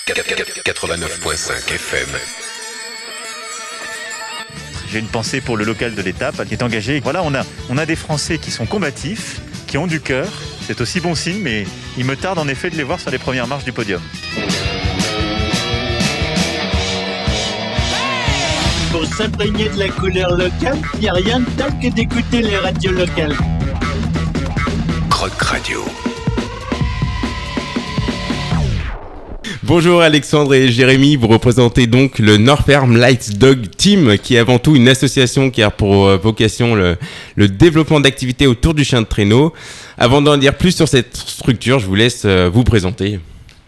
89.5 FM. J'ai une pensée pour le local de l'étape qui est engagé. Voilà, on a des Français qui sont combatifs, qui ont du cœur. C'est aussi bon signe, mais il me tarde en effet de les voir sur les premières marches du podium. Pour s'imprégner de la couleur locale, il n'y a rien de tel que d'écouter les radios locales. Croc Radio. Bonjour Alexandre et Jérémy, vous représentez donc le Norferm Light Dog Team, qui est avant tout une association qui a pour vocation le développement d'activités autour du chien de traîneau. Avant d'en dire plus sur cette structure, je vous laisse vous présenter.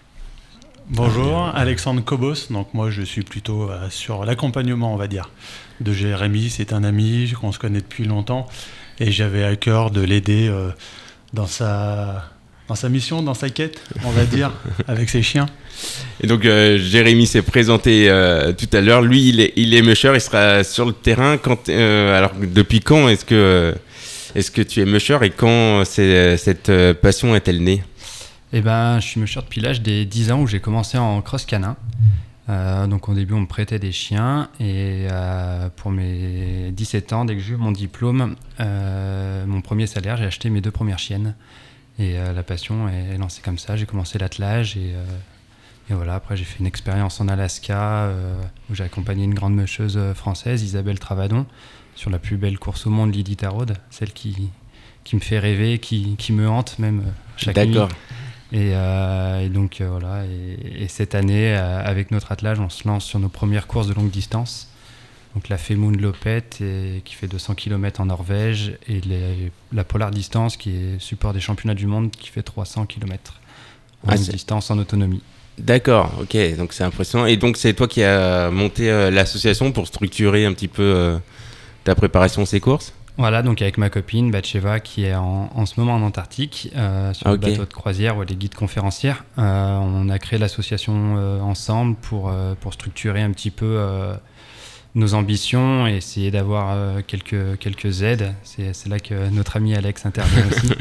Bonjour, Alexandre Cobos. Donc moi je suis plutôt sur l'accompagnement, on va dire, de Jérémy. C'est un ami qu'on se connaît depuis longtemps et j'avais à cœur de l'aider dans sa mission, dans sa quête, on va dire, avec ses chiens. Et donc Jérémy s'est présenté tout à l'heure. Lui, il est musher, il sera sur le terrain. Alors depuis quand est-ce que tu es musher et quand cette passion est-elle née ? Eh ben, je suis musher depuis l'âge des 10 ans où j'ai commencé en cross canin. Donc au début, on me prêtait des chiens et pour mes 17 ans, dès que j'ai eu mon diplôme, mon premier salaire, j'ai acheté mes 2 premières chiennes. Et la passion est lancée comme ça. J'ai commencé l'attelage et voilà. Après, j'ai fait une expérience en Alaska où j'ai accompagné une grande musheuse française, Isabelle Travadon, sur la plus belle course au monde, l'Iditarod, celle qui me fait rêver, qui me hante même chaque nuit. D'accord. Et donc voilà. Et cette année, avec notre attelage, on se lance sur nos premières courses de longue distance. Donc la Femund Lopette qui fait 200 km en Norvège et la Polar Distance qui est support des championnats du monde qui fait 300 km en distance en autonomie. D'accord, ok, donc c'est impressionnant. Et donc c'est toi qui as monté l'association pour structurer un petit peu ta préparation de ces courses ? Voilà, donc avec ma copine Batcheva qui est en ce moment en Antarctique sur le bateau de croisière où elle est guide conférencière. On a créé l'association ensemble pour structurer un petit peu nos ambitions et essayer d'avoir quelques aides. C'est là que notre ami Alex intervient aussi.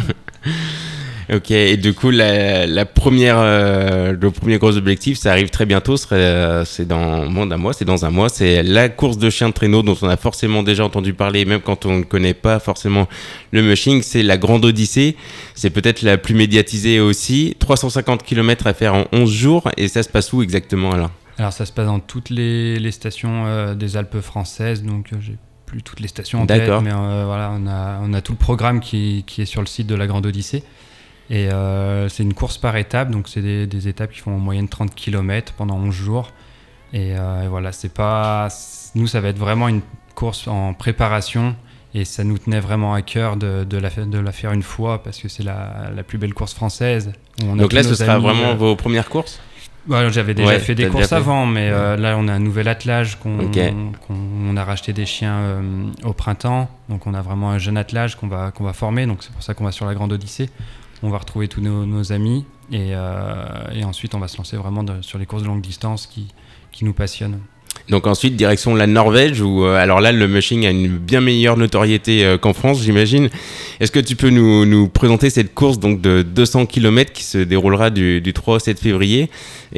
Ok, et du coup, le premier gros objectif, ça arrive très bientôt, c'est dans moins d'un mois, c'est dans un mois, c'est la course de chien de traîneau dont on a forcément déjà entendu parler, même quand on ne connaît pas forcément le mushing, c'est la Grande Odyssée, c'est peut-être la plus médiatisée aussi, 350 km à faire en 11 jours, et ça se passe où exactement alors ? Alors ça se passe dans toutes les stations des Alpes françaises, donc j'ai plus toutes les stations en tête, mais voilà, on a tout le programme qui est sur le site de la Grande Odyssée. Et c'est une course par étape, donc c'est des étapes qui font en moyenne 30 km pendant 11 jours. Et voilà, nous ça va être vraiment une course en préparation et ça nous tenait vraiment à cœur de la faire une fois parce que c'est la plus belle course française. Donc là, ce sera vraiment vos premières courses ? Voilà, j'avais déjà fait des courses avant, mais là on a un nouvel attelage qu'on a racheté des chiens au printemps. Donc on a vraiment un jeune attelage qu'on va former, donc c'est pour ça qu'on va sur la Grande Odyssée. On va retrouver tous nos amis et ensuite on va se lancer vraiment sur les courses de longue distance qui nous passionnent. Donc ensuite, direction la Norvège, où alors là, le mushing a une bien meilleure notoriété qu'en France, j'imagine. Est-ce que tu peux nous présenter cette course donc, de 200 km qui se déroulera du 3 au 7 février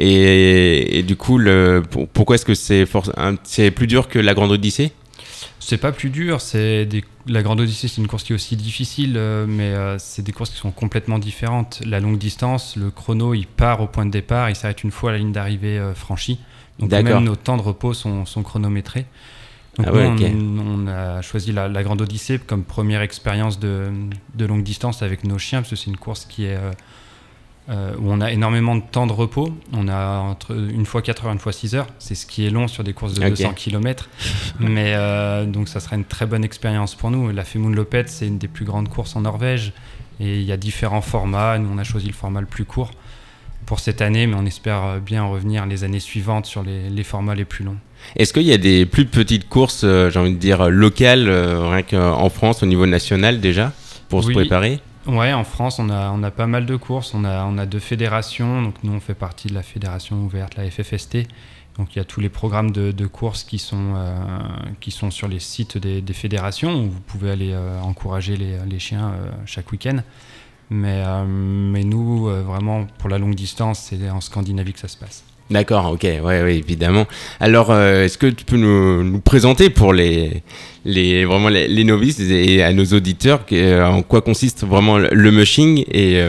et du coup, pourquoi est-ce que c'est plus dur que la Grande Odyssée ? C'est pas plus dur, la Grande Odyssée c'est une course qui est aussi difficile, mais c'est des courses qui sont complètement différentes. La longue distance, le chrono il part au point de départ, il s'arrête une fois la ligne d'arrivée franchie. Donc même nos temps de repos sont chronométrés. Donc on a choisi la Grande Odyssée comme première expérience de longue distance avec nos chiens, parce que c'est une course qui est où on a énormément de temps de repos. On a entre une fois 4 heures, une fois 6 heures. C'est ce qui est long sur des courses de 200 km. Mais donc ça sera une très bonne expérience pour nous. La Femund Lopette, c'est une des plus grandes courses en Norvège. Et il y a différents formats. Nous, on a choisi le format le plus court pour cette année, mais on espère bien revenir les années suivantes sur les formats les plus longs. Est-ce qu'il y a des plus petites courses, j'ai envie de dire, locales, rien qu'en France, au niveau national déjà, pour se préparer ? Ouais, en France, on a pas mal de courses. On a 2 fédérations. Donc nous, on fait partie de la fédération ouverte, la FFST. Donc il y a tous les programmes de courses qui sont sur les sites des fédérations où vous pouvez aller encourager les chiens chaque week-end. Mais nous, vraiment, pour la longue distance, c'est en Scandinavie que ça se passe. D'accord, ok, ouais, évidemment. Alors, est-ce que tu peux nous présenter pour les novices et à nos auditeurs en quoi consiste vraiment le mushing et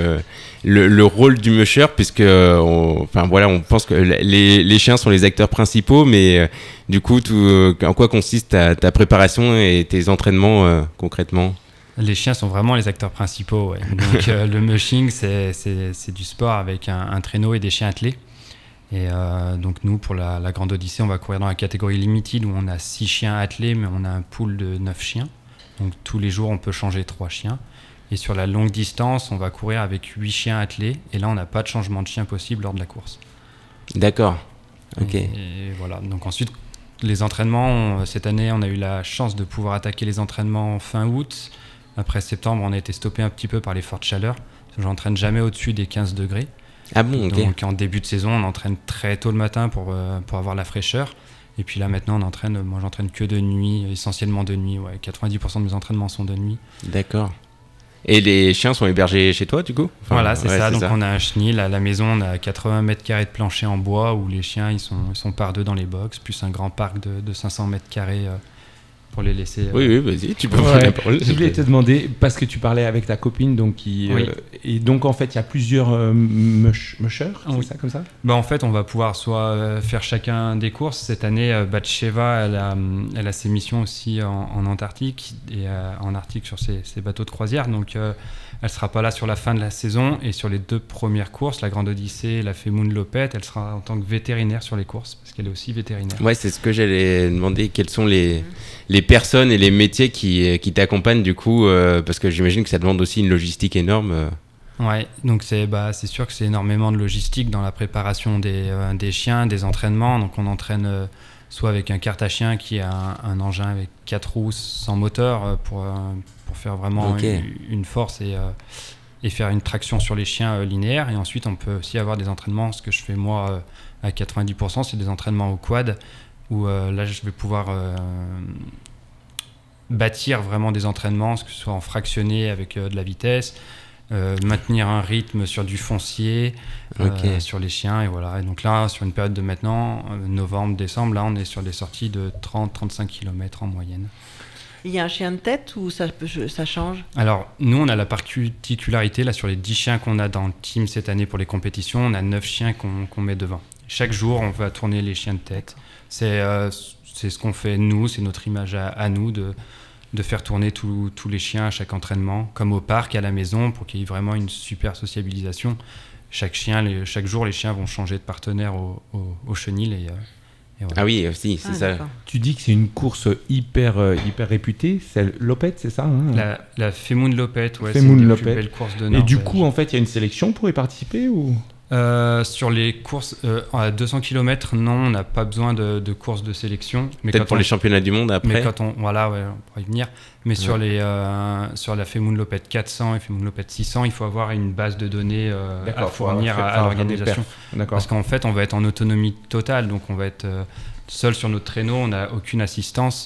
le rôle du musher, puisque on pense que les chiens sont les acteurs principaux, mais du coup, en quoi consiste ta préparation et tes entraînements concrètement ? Les chiens sont vraiment les acteurs principaux, ouais. Donc le mushing, c'est du sport avec un traîneau et des chiens attelés. Et donc nous, pour la Grande Odyssée, on va courir dans la catégorie limited où on a 6 chiens attelés, mais on a un pool de 9 chiens. Donc tous les jours, on peut changer 3 chiens. Et sur la longue distance, on va courir avec 8 chiens attelés. Et là, on n'a pas de changement de chien possible lors de la course. D'accord. Ok. Et voilà. Donc ensuite, les entraînements, cette année, on a eu la chance de pouvoir attaquer les entraînements fin août. Après septembre, on a été stoppé un petit peu par les fortes chaleurs. J'entraîne jamais au-dessus des 15 degrés. Ah bon, ok. Donc en début de saison, on entraîne très tôt le matin pour avoir la fraîcheur. Et puis là maintenant, moi j'entraîne que de nuit, essentiellement de nuit. Ouais, 90% de mes entraînements sont de nuit. D'accord. Et les chiens sont hébergés chez toi du coup ? Voilà, c'est ça. Donc on a un chenil à la maison, on a 80 mètres carrés de plancher en bois où les chiens ils sont par deux dans les box, plus un grand parc de 500 mètres carrés pour les laisser. Oui, vas-y, tu peux prendre la parole. Je voulais te demander, parce que tu parlais avec ta copine, donc et donc en fait il y a plusieurs mushers, c'est ça comme ça ? En fait, on va pouvoir soit faire chacun des courses. Cette année, Batcheva, elle a ses missions aussi en Antarctique et en Arctique sur ses bateaux de croisière. Donc, elle sera pas là sur la fin de la saison. Et sur les 2 premières courses, la Grande Odyssée, la Femoun Lopette, elle sera en tant que vétérinaire sur les courses parce qu'elle est aussi vétérinaire. Ouais, c'est ce que j'allais demander. Quels sont les personnes et les métiers qui t'accompagnent du coup, parce que j'imagine que ça demande aussi une logistique énorme. Ouais, donc c'est sûr que c'est énormément de logistique dans la préparation des chiens, des entraînements. Donc on entraîne soit avec un carte à chien qui a un engin avec 4 roues sans moteur pour faire vraiment une force et faire une traction sur les chiens linéaire. Et ensuite on peut aussi avoir des entraînements, ce que je fais moi à 90%, c'est des entraînements au quad où là je vais pouvoir bâtir vraiment des entraînements, que ce soit en fractionné avec de la vitesse, maintenir un rythme sur du foncier, sur les chiens, et voilà. Et donc là, sur une période de maintenant, novembre, décembre, là on est sur des sorties de 30-35 km en moyenne. Il y a un chien de tête ou ça change ? Alors, nous, on a la particularité, là, sur les 10 chiens qu'on a dans le team cette année pour les compétitions, on a 9 chiens qu'on met devant. Chaque jour, on va tourner les chiens de tête. C'est ce qu'on fait, nous, c'est notre image à nous de faire tourner tous les chiens à chaque entraînement, comme au parc, à la maison, pour qu'il y ait vraiment une super sociabilisation. Chaque jour, les chiens vont changer de partenaire au chenil. Et voilà. Ah oui, aussi, c'est ça. D'accord. Tu dis que c'est une course hyper réputée, c'est Lopette, c'est ça La Femoun Lopette, ouais, Femoun c'est une des Lopette. plus belles courses de Norvège. Et du coup, en fait, il y a une sélection pour y participer ou Sur les courses à 200 km, non, on n'a pas besoin de courses de sélection. Mais peut-être pour les championnats du monde après. Mais quand on pourra y venir. Mais sur la Femoun Lopette 400 et Femoun Lopette 600, il faut avoir une base de données à fournir à l'organisation. Parce qu'en fait, on va être en autonomie totale, donc on va être seul sur notre traîneau, on n'a aucune assistance.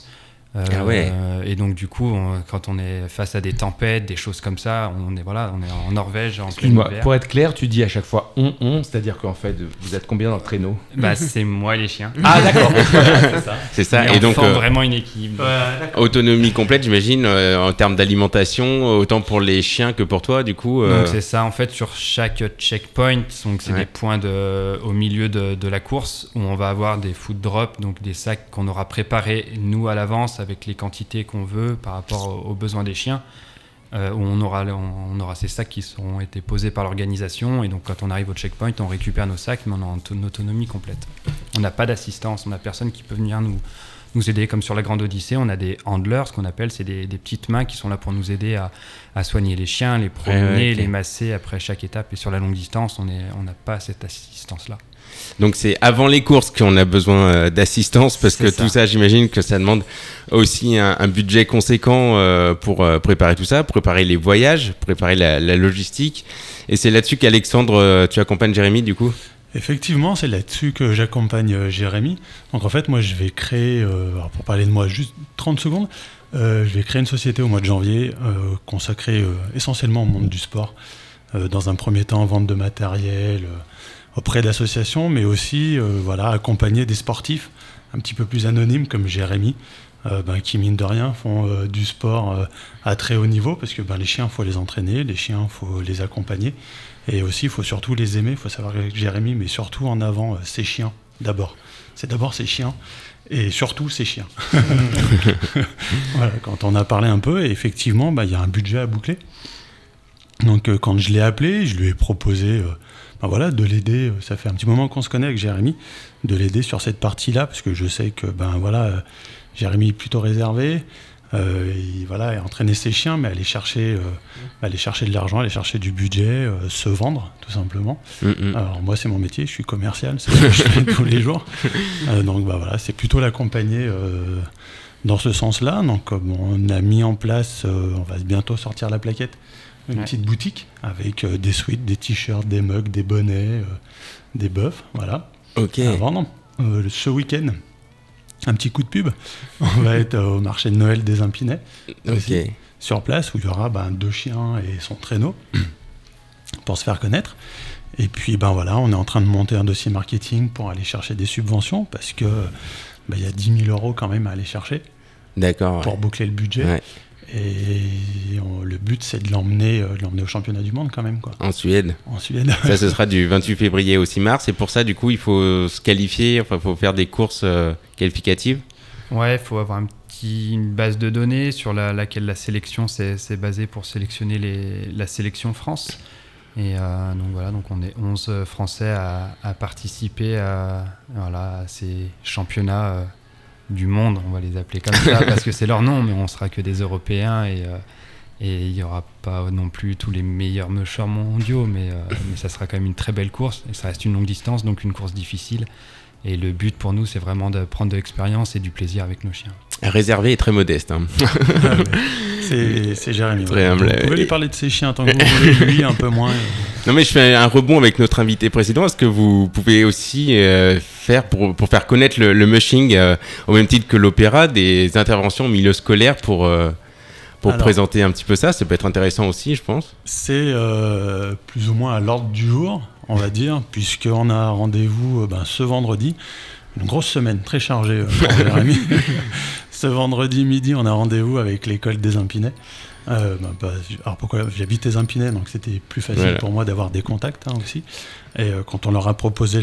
Et donc du coup, quand on est face à des tempêtes, des choses comme ça, on est en Norvège en plein hiver. Pour être clair, tu dis à chaque fois on, c'est-à-dire qu'en fait, vous êtes combien dans le traîneau ? C'est moi et les chiens. Ah d'accord. C'est ça. Et donc forme vraiment une équipe. Autonomie complète, j'imagine, en termes d'alimentation, autant pour les chiens que pour toi, du coup. Donc c'est ça. En fait, sur chaque checkpoint, donc c'est des points au milieu de la course où on va avoir des food drops, donc des sacs qu'on aura préparés nous à l'avance avec les quantités qu'on veut par rapport aux besoins des chiens, où on aura ces sacs qui seront été posés par l'organisation, et donc quand on arrive au checkpoint, on récupère nos sacs, mais on est en autonomie complète. On n'a pas d'assistance, on n'a personne qui peut venir nous aider, comme sur la Grande Odyssée, on a des handlers, ce qu'on appelle, c'est des petites mains qui sont là pour nous aider à soigner les chiens, les promener, les masser après chaque étape, et sur la longue distance, on n'a pas cette assistance-là. Donc c'est avant les courses qu'on a besoin d'assistance, parce que tout ça, j'imagine que ça demande aussi un budget conséquent pour préparer tout ça, préparer les voyages, préparer la logistique. Et c'est là-dessus qu'Alexandre, tu accompagnes Jérémy du coup ? Effectivement, c'est là-dessus que j'accompagne Jérémy. Donc en fait, moi je vais créer, pour parler de moi juste 30 secondes, je vais créer une société au mois de janvier consacrée essentiellement au monde du sport. Dans un premier temps, vente de matériel, auprès d'associations, mais aussi accompagner des sportifs un petit peu plus anonymes comme Jérémy, qui mine de rien font du sport à très haut niveau, parce que les chiens, il faut les entraîner, les chiens, il faut les accompagner, et aussi il faut surtout les aimer. Il faut savoir que Jérémy met surtout en avant ses chiens d'abord. C'est d'abord ses chiens, et surtout ses chiens. Voilà, quand on a parlé un peu, et effectivement, il y a un budget à boucler. Donc quand je l'ai appelé, je lui ai proposé de l'aider. Ça fait un petit moment qu'on se connaît avec Jérémy, de l'aider sur cette partie-là, parce que je sais que Jérémy est plutôt réservé. Il entraîner ses chiens, mais aller chercher de l'argent, aller chercher du budget, se vendre, tout simplement. Alors moi, c'est mon métier, je suis commercial, c'est ce que je fais tous les jours. Donc c'est plutôt l'accompagner dans ce sens-là. Donc on a mis en place, on va bientôt sortir la plaquette, une petite boutique avec des sweats, des t-shirts, des mugs, des bonnets, des bœufs, voilà. Ok. À vendre. Ce week-end, un petit coup de pub. On va être au marché de Noël des Impinets, aussi, sur place, où il y aura 2 chiens et son traîneau pour se faire connaître. Et puis on est en train de monter un dossier marketing pour aller chercher des subventions, parce que il y a 10 000 € quand même à aller chercher. D'accord. Pour boucler le budget. Ouais. Et le but, c'est de l'emmener au championnat du monde quand même, quoi. En Suède. Ça, ce sera du 28 février au 6 mars. Et pour ça, du coup, il faut se qualifier. Enfin, il faut faire des courses qualificatives. Ouais, il faut avoir une base de données sur laquelle la sélection s'est basée pour sélectionner la sélection France. Et donc on est 11 Français à participer à ces championnats du monde, on va les appeler comme ça, parce que c'est leur nom, mais on sera que des Européens, et il n'y aura pas non plus tous les meilleurs mushers mondiaux, mais ça sera quand même une très belle course, et ça reste une longue distance, donc une course difficile. Et le but pour nous, c'est vraiment de prendre de l'expérience et du plaisir avec nos chiens. Réservé et très modeste. Hein. C'est Jérémy. Très humble. Vous pouvez lui parler de ses chiens tant que vous voulez, lui un peu moins. Non, mais je fais un rebond avec notre invité précédent. Est-ce que vous pouvez aussi faire, pour faire connaître le mushing, au même titre que l'opéra, des interventions au milieu scolaire pour présenter un petit peu ça? Ça peut être intéressant aussi, je pense. C'est plus ou moins à l'ordre du jour, on va dire, puisqu'on a rendez-vous ce vendredi. Une grosse semaine, très chargée pour Jérémy. Ce vendredi midi, on a rendez-vous avec l'école des Impinets. Alors pourquoi j'habite les Impinets, donc c'était plus facile pour moi d'avoir des contacts aussi. Et quand on leur a proposé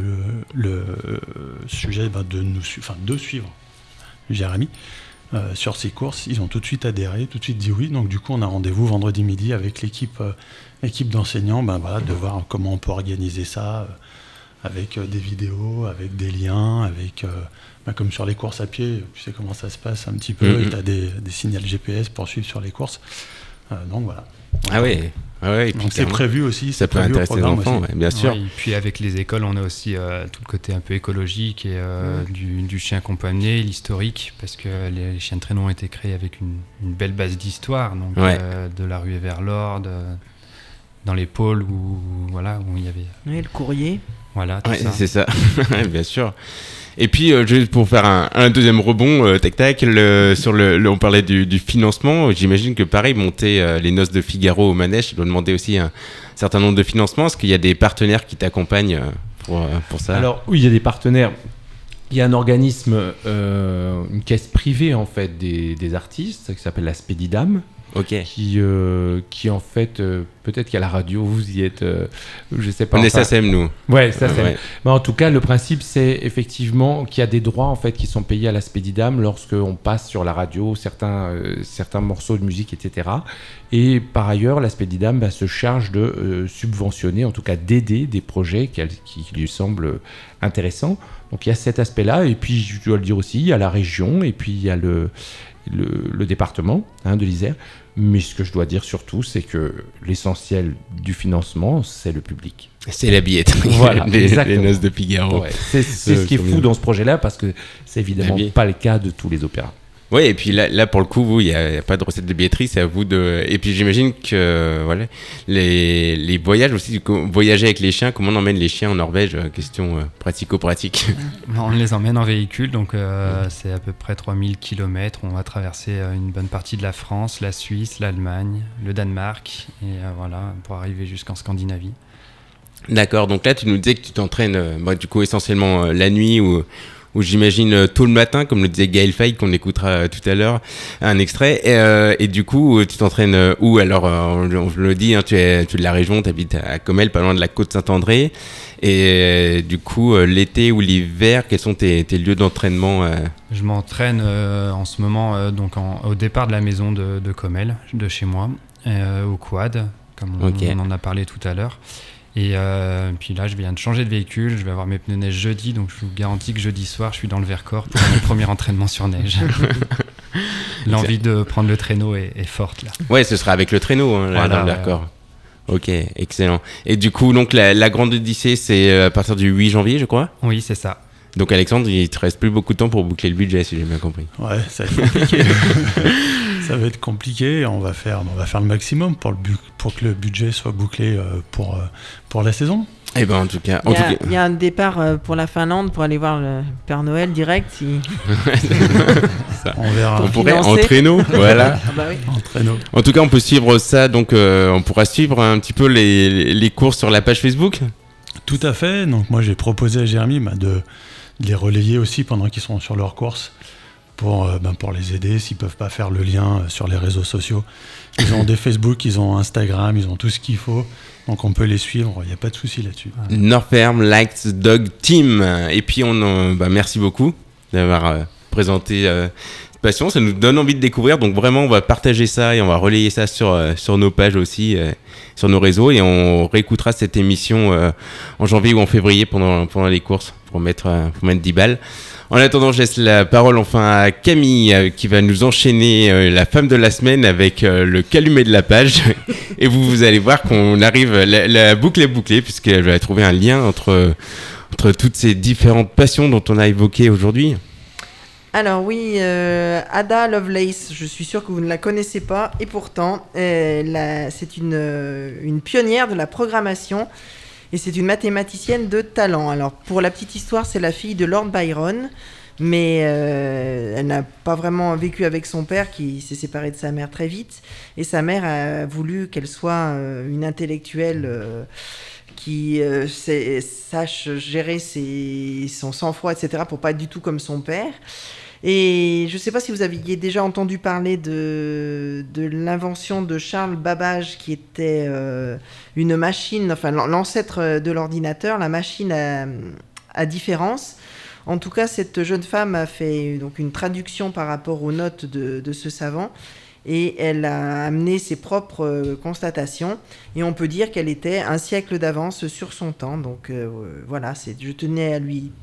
le sujet de suivre Jérémy sur ses courses, ils ont tout de suite adhéré, tout de suite dit oui. Donc du coup, on a rendez-vous vendredi midi avec l'équipe d'enseignants, de voir comment on peut organiser ça. Avec des vidéos, avec des liens, avec comme sur les courses à pied, tu sais comment ça se passe un petit peu, et tu as des signals GPS pour suivre sur les courses. Donc voilà. Ah oui. Donc c'est prévu aussi. Ça peut intéresser les enfants, bien sûr. Ouais, et puis avec les écoles, on a aussi tout le côté un peu écologique et du chien qu'on peut amener, l'historique, parce que les chiens de traîneau ont été créés avec une belle base d'histoire, donc de la ruée vers l'or, dans les pôles où il y avait... Oui, le courrier. Voilà, tout ça. C'est ça, bien sûr. Et puis, juste pour faire un deuxième rebond, tac-tac, on parlait du financement. J'imagine que pareil, monter les Noces de Figaro au manège, ça doit demander aussi un certain nombre de financements. Est-ce qu'il y a des partenaires qui t'accompagnent pour ça? Alors, oui, il y a des partenaires. Il y a un organisme, une caisse privée en fait des artistes qui s'appelle la Spédidam. Okay. Qui en fait, peut-être qu'à la radio, vous y êtes, je sais pas. On est SACEM, nous. Ouais, SACEM. Ouais. Mais en tout cas, le principe, c'est effectivement qu'il y a des droits en fait qui sont payés à la Spédidam lorsqu'on passe sur la radio certains morceaux de musique, etc. Et par ailleurs, la Spédidam se charge de subventionner, en tout cas d'aider des projets qui lui semblent intéressants. Donc il y a cet aspect-là, et puis je dois le dire aussi, il y a la région, et puis il y a le département de l'Isère. Mais ce que je dois dire surtout, c'est que l'essentiel du financement, c'est le public. C'est la billetterie, voilà, les Noces de Figaro. Ouais, c'est ce qui est fou dans ce projet-là, parce que c'est évidemment pas le cas de tous les opéras. Oui, et puis là pour le coup, vous, il n'y a pas de recette de billetterie, c'est à vous de... Et puis j'imagine que les voyages aussi, voyager avec les chiens, comment on emmène les chiens en Norvège? Question pratico-pratique. On les emmène en véhicule, donc c'est à peu près 3000 km. On va traverser une bonne partie de la France, la Suisse, l'Allemagne, le Danemark, et pour arriver jusqu'en Scandinavie. D'accord, donc là tu nous disais que tu t'entraînes du coup essentiellement la nuit ou j'imagine tôt le matin, comme le disait Gaël Faye qu'on écoutera tout à l'heure, un extrait. Et du coup, tu t'entraînes où? Alors, on le dit, hein, tu es de la région, tu habites à Comelles, pas loin de la côte Saint-André. Et du coup, l'été ou l'hiver, quels sont tes lieux d'entraînement Je m'entraîne en ce moment au départ de la maison de Comelles, de chez moi, au quad, comme on en a parlé tout à l'heure. Et puis là, je viens de changer de véhicule, je vais avoir mes pneus neige jeudi, donc je vous garantis que jeudi soir, je suis dans le Vercors pour mon premier entraînement sur neige. L'envie de prendre le traîneau est forte là. Ouais, ce sera avec le traîneau là, dans le Vercors. Ok, excellent. Et du coup, donc la grande odyssée, c'est à partir du 8 janvier, je crois? Oui, c'est ça. Donc Alexandre, il te reste plus beaucoup de temps pour boucler le budget, si j'ai bien compris. Ouais, ça va être compliqué. Ça va être compliqué. On va faire le maximum pour que le budget soit bouclé pour la saison. Eh ben en tout cas, il y a un départ pour la Finlande pour aller voir le Père Noël direct. Ça. On verra. On pourrait en traîneau, voilà. Ah bah oui. En traîneau. En tout cas, on peut suivre ça. Donc, on pourra suivre un petit peu les courses sur la page Facebook. Tout à fait. Donc moi, j'ai proposé à Jérémy de les relayer aussi pendant qu'ils sont sur leur course pour les aider s'ils peuvent pas faire le lien sur les réseaux sociaux. Ils ont des Facebook, ils ont Instagram, ils ont tout ce qu'il faut. Donc on peut les suivre, il n'y a pas de souci là-dessus. Northerm Lights Dog Team. Et puis merci beaucoup d'avoir présenté cette passion. Ça nous donne envie de découvrir. Donc vraiment, on va partager ça et on va relayer ça sur nos pages aussi, sur nos réseaux. Et on réécoutera cette émission en janvier ou en février pendant les courses pour mettre 10 balles. En attendant, je laisse la parole enfin à Camille qui va nous enchaîner la femme de la semaine avec le calumet de la page. Et vous allez voir qu'on arrive, la boucle est bouclée puisqu'elle va trouver un lien entre toutes ces différentes passions dont on a évoqué aujourd'hui. Alors oui, Ada Lovelace, je suis sûre que vous ne la connaissez pas. Et pourtant, c'est une pionnière de la programmation. Et c'est une mathématicienne de talent. Alors, pour la petite histoire, c'est la fille de Lord Byron, mais elle n'a pas vraiment vécu avec son père, qui s'est séparé de sa mère très vite. Et sa mère a voulu qu'elle soit une intellectuelle qui sache gérer son sang-froid, etc., pour pas être du tout comme son père. Et je ne sais pas si vous aviez déjà entendu parler de l'invention de Charles Babbage, qui était une machine, enfin l'ancêtre de l'ordinateur, la machine à différence. En tout cas, cette jeune femme a fait donc une traduction par rapport aux notes de ce savant, et elle a amené ses propres constatations, et on peut dire qu'elle était un siècle d'avance sur son temps. Donc voilà, je tenais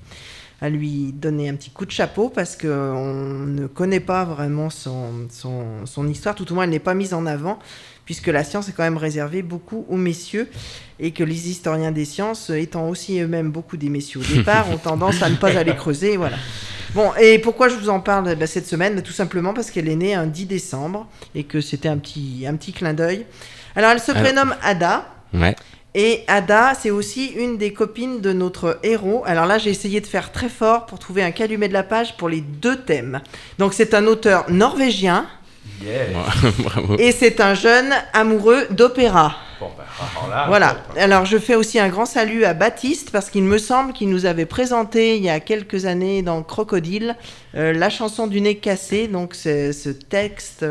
à lui donner un petit coup de chapeau parce qu'on ne connaît pas vraiment son histoire, tout au moins elle n'est pas mise en avant, puisque la science est quand même réservée beaucoup aux messieurs, et que les historiens des sciences, étant aussi eux-mêmes beaucoup des messieurs au départ, ont tendance à ne pas aller creuser, voilà. Bon, et pourquoi je vous en parle cette semaine? Tout simplement parce qu'elle est née un 10 décembre, et que c'était un petit clin d'œil. Alors elle se prénomme Ada. Ouais. Et Ada, c'est aussi une des copines de notre héros. Alors là, j'ai essayé de faire très fort pour trouver un calumet de la page pour les deux thèmes. Donc c'est un auteur norvégien. Yeah. Bravo. Et c'est un jeune amoureux d'opéra. Voilà. Alors je fais aussi un grand salut à Baptiste, parce qu'il me semble qu'il nous avait présenté il y a quelques années dans Crocodile la chanson du nez cassé. Donc c'est ce texte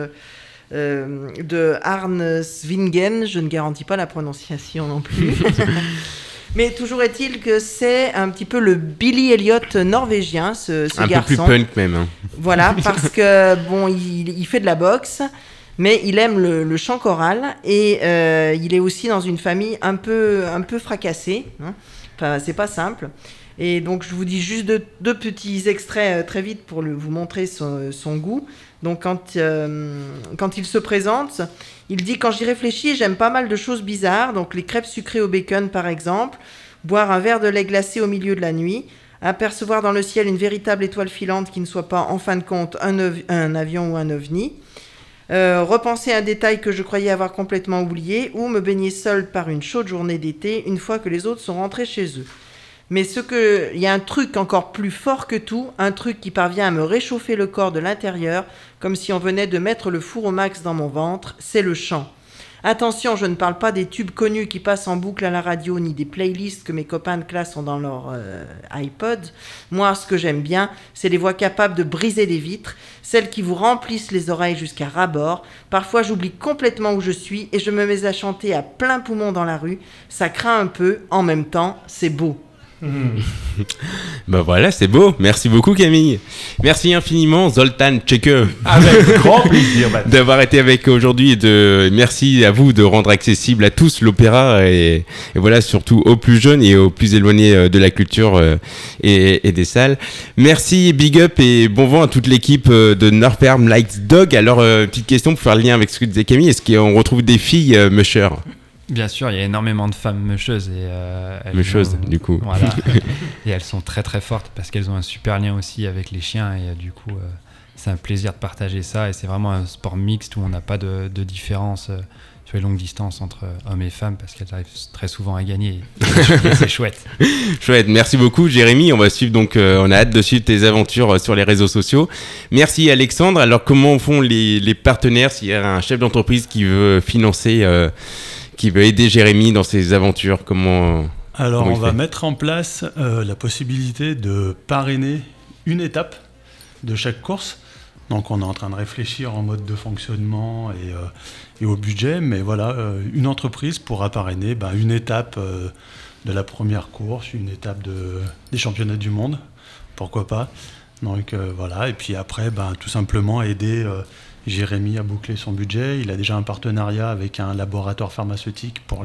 de Arne Svingen, je ne garantis pas la prononciation non plus. Mais toujours est-il que c'est un petit peu le Billy Elliot norvégien, ce garçon. Un peu plus punk même. Hein. Voilà, parce que il fait de la boxe, mais il aime le chant choral, et il est aussi dans une famille un peu fracassée. Hein. Enfin, c'est pas simple. Et donc je vous dis juste deux petits extraits très vite pour vous montrer son goût. Donc quand il se présente, il dit « Quand j'y réfléchis, j'aime pas mal de choses bizarres, donc les crêpes sucrées au bacon par exemple, boire un verre de lait glacé au milieu de la nuit, apercevoir dans le ciel une véritable étoile filante qui ne soit pas en fin de compte un avion ou un ovni, repenser à un détail que je croyais avoir complètement oublié, ou me baigner seul par une chaude journée d'été une fois que les autres sont rentrés chez eux. Mais il y a un truc encore plus fort que tout, un truc qui parvient à me réchauffer le corps de l'intérieur, comme si on venait de mettre le four au max dans mon ventre, c'est le chant. Attention, je ne parle pas des tubes connus qui passent en boucle à la radio, ni des playlists que mes copains de classe ont dans leur iPod. Moi, ce que j'aime bien, c'est les voix capables de briser les vitres, celles qui vous remplissent les oreilles jusqu'à ras-bord. Parfois, j'oublie complètement où je suis et je me mets à chanter à plein poumon dans la rue. Ça craint un peu, en même temps, c'est beau. Bah voilà, c'est beau. Merci beaucoup Camille. Merci infiniment Zoltan Čeke. Avec grand plaisir. D'avoir été avec aujourd'hui et merci à vous de rendre accessible à tous l'opéra et voilà, surtout aux plus jeunes et aux plus éloignés de la culture et des salles. Merci, big up et bon vent à toute l'équipe de Northern Lights Dog. Alors, petite question pour faire le lien avec ce que disait Camille, est-ce qu'on retrouve des filles mushers? Bien sûr, il y a énormément de femmes musheuses Du coup. Voilà. Et elles sont très très fortes parce qu'elles ont un super lien aussi avec les chiens et du coup c'est un plaisir de partager ça et c'est vraiment un sport mixte où on n'a pas de différence sur les longues distances entre hommes et femmes parce qu'elles arrivent très souvent à gagner et c'est chouette. Chouette, merci beaucoup Jérémy, on va suivre donc on a hâte de suivre tes aventures sur les réseaux sociaux. Merci Alexandre. Alors comment font les partenaires s'il y a un chef d'entreprise qui veut financer qui veut aider Jérémy dans ses aventures? Alors, on va fait mettre en place la possibilité de parrainer une étape de chaque course. Donc, on est en train de réfléchir en mode de fonctionnement et au budget. Mais voilà, une entreprise pourra parrainer une étape de la première course, une étape des championnats du monde. Pourquoi pas. Donc, voilà. Et puis après, tout simplement aider Jérémy a bouclé son budget. Il a déjà un partenariat avec un laboratoire pharmaceutique pour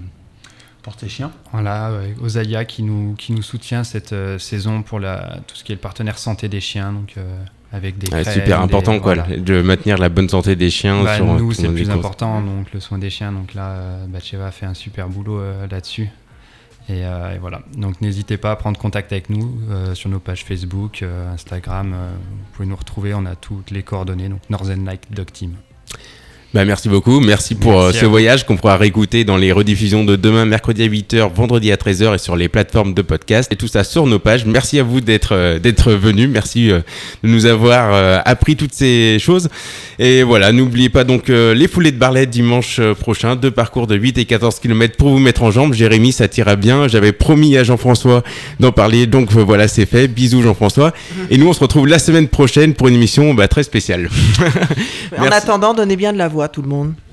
ses chiens. Voilà, Osaya qui nous soutient cette saison pour tout ce qui est le partenaire santé des chiens, donc avec des crèmes. Super important voilà. De maintenir la bonne santé des chiens. Nous, c'est le plus important, donc le soin des chiens. Donc là, Batcheva a fait un super boulot là-dessus. Et voilà, donc n'hésitez pas à prendre contact avec nous sur nos pages Facebook, Instagram, vous pouvez nous retrouver, on a toutes les coordonnées, donc Northern Lights Dog Team. Merci beaucoup, merci pour ce voyage qu'on pourra réécouter dans les rediffusions de demain mercredi à 8h, vendredi à 13h et sur les plateformes de podcast et tout ça sur nos pages. Merci à vous d'être venus, merci de nous avoir appris toutes ces choses et voilà, n'oubliez pas donc les foulées de Barlette dimanche prochain, 2 parcours de 8 et 14 km pour vous mettre en jambes. Jérémy, ça t'ira bien, j'avais promis à Jean-François d'en parler, donc voilà, c'est fait, bisous Jean-François et nous on se retrouve la semaine prochaine pour une émission très spéciale. En attendant, donnez bien de la voix tout le monde.